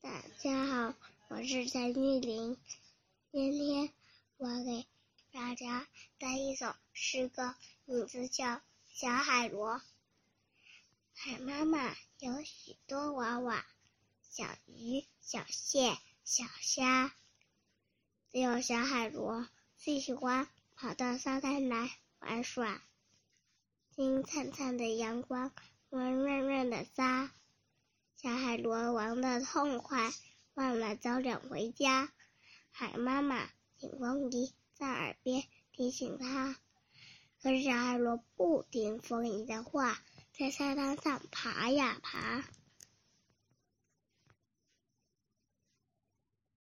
大家好，我是陈玉玲。今天我给大家带一首诗歌，名字叫《小海螺》。海妈妈有许多娃娃，小鱼、小蟹、小虾，只有小海螺最喜欢跑到沙滩来玩耍。金灿灿的阳光，温润润的沙，小海螺玩得痛快，忘了早点回家。海妈妈紧风姨在耳边提醒他，可是小海螺不听风姨的话，在沙滩上爬呀爬。